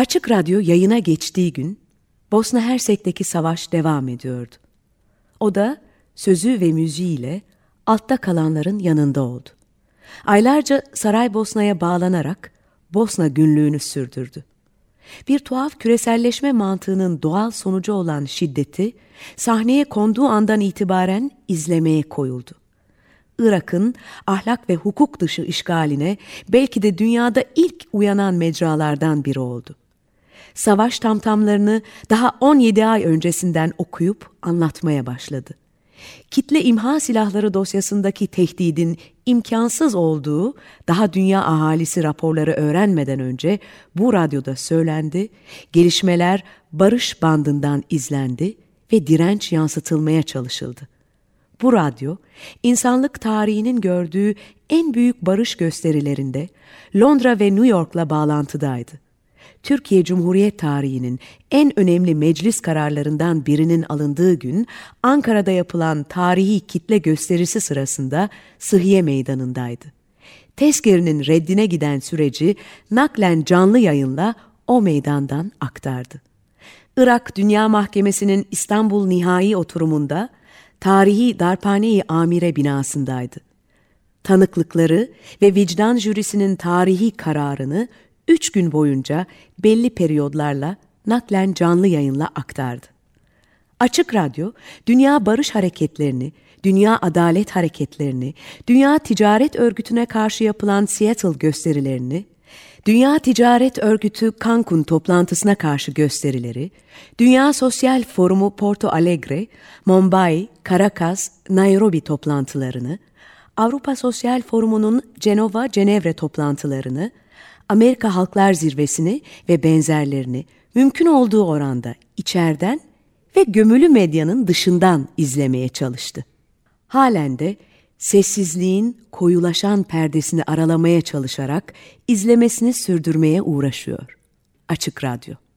Açık Radyo yayına geçtiği gün Bosna Hersek'teki savaş devam ediyordu. O da sözü ve müziğiyle altta kalanların yanında oldu. Aylarca Saraybosna'ya bağlanarak Bosna günlüğünü sürdürdü. Bir tuhaf küreselleşme mantığının doğal sonucu olan şiddeti sahneye konduğu andan itibaren izlemeye koyuldu. Irak'ın ahlak ve hukuk dışı işgaline belki de dünyada ilk uyanan mecralardan biri oldu. Savaş tamtamlarını daha 17 ay öncesinden okuyup anlatmaya başladı. Kitle imha silahları dosyasındaki tehdidin imkansız olduğu daha dünya ahalisi raporları öğrenmeden önce bu radyoda söylendi, gelişmeler barış bandından izlendi ve direnç yansıtılmaya çalışıldı. Bu radyo, insanlık tarihinin gördüğü en büyük barış gösterilerinde Londra ve New York'la bağlantıdaydı. Türkiye Cumhuriyet tarihinin en önemli meclis kararlarından birinin alındığı gün Ankara'da yapılan tarihi kitle gösterisi sırasında Sıhhiye Meydanı'ndaydı. Tezkere'nin reddine giden süreci naklen canlı yayınla o meydandan aktardı. Irak Dünya Mahkemesi'nin İstanbul Nihai Oturumunda tarihi Darphane-i Amire binasındaydı. Tanıklıkları ve vicdan jürisinin tarihi kararını 3 gün boyunca belli periyodlarla naklen canlı yayınla aktardı. Açık Radyo, dünya barış hareketlerini, dünya adalet hareketlerini, Dünya Ticaret Örgütü'ne karşı yapılan Seattle gösterilerini, Dünya Ticaret Örgütü Cancun toplantısına karşı gösterileri, Dünya Sosyal Forumu Porto Alegre, Mumbai, Caracas, Nairobi toplantılarını, Avrupa Sosyal Forumu'nun Cenevre toplantılarını, Amerika Halklar Zirvesi'ni ve benzerlerini mümkün olduğu oranda içeriden ve gömülü medyanın dışından izlemeye çalıştı. Halen de sessizliğin koyulaşan perdesini aralamaya çalışarak izlemesini sürdürmeye uğraşıyor. Açık Radyo.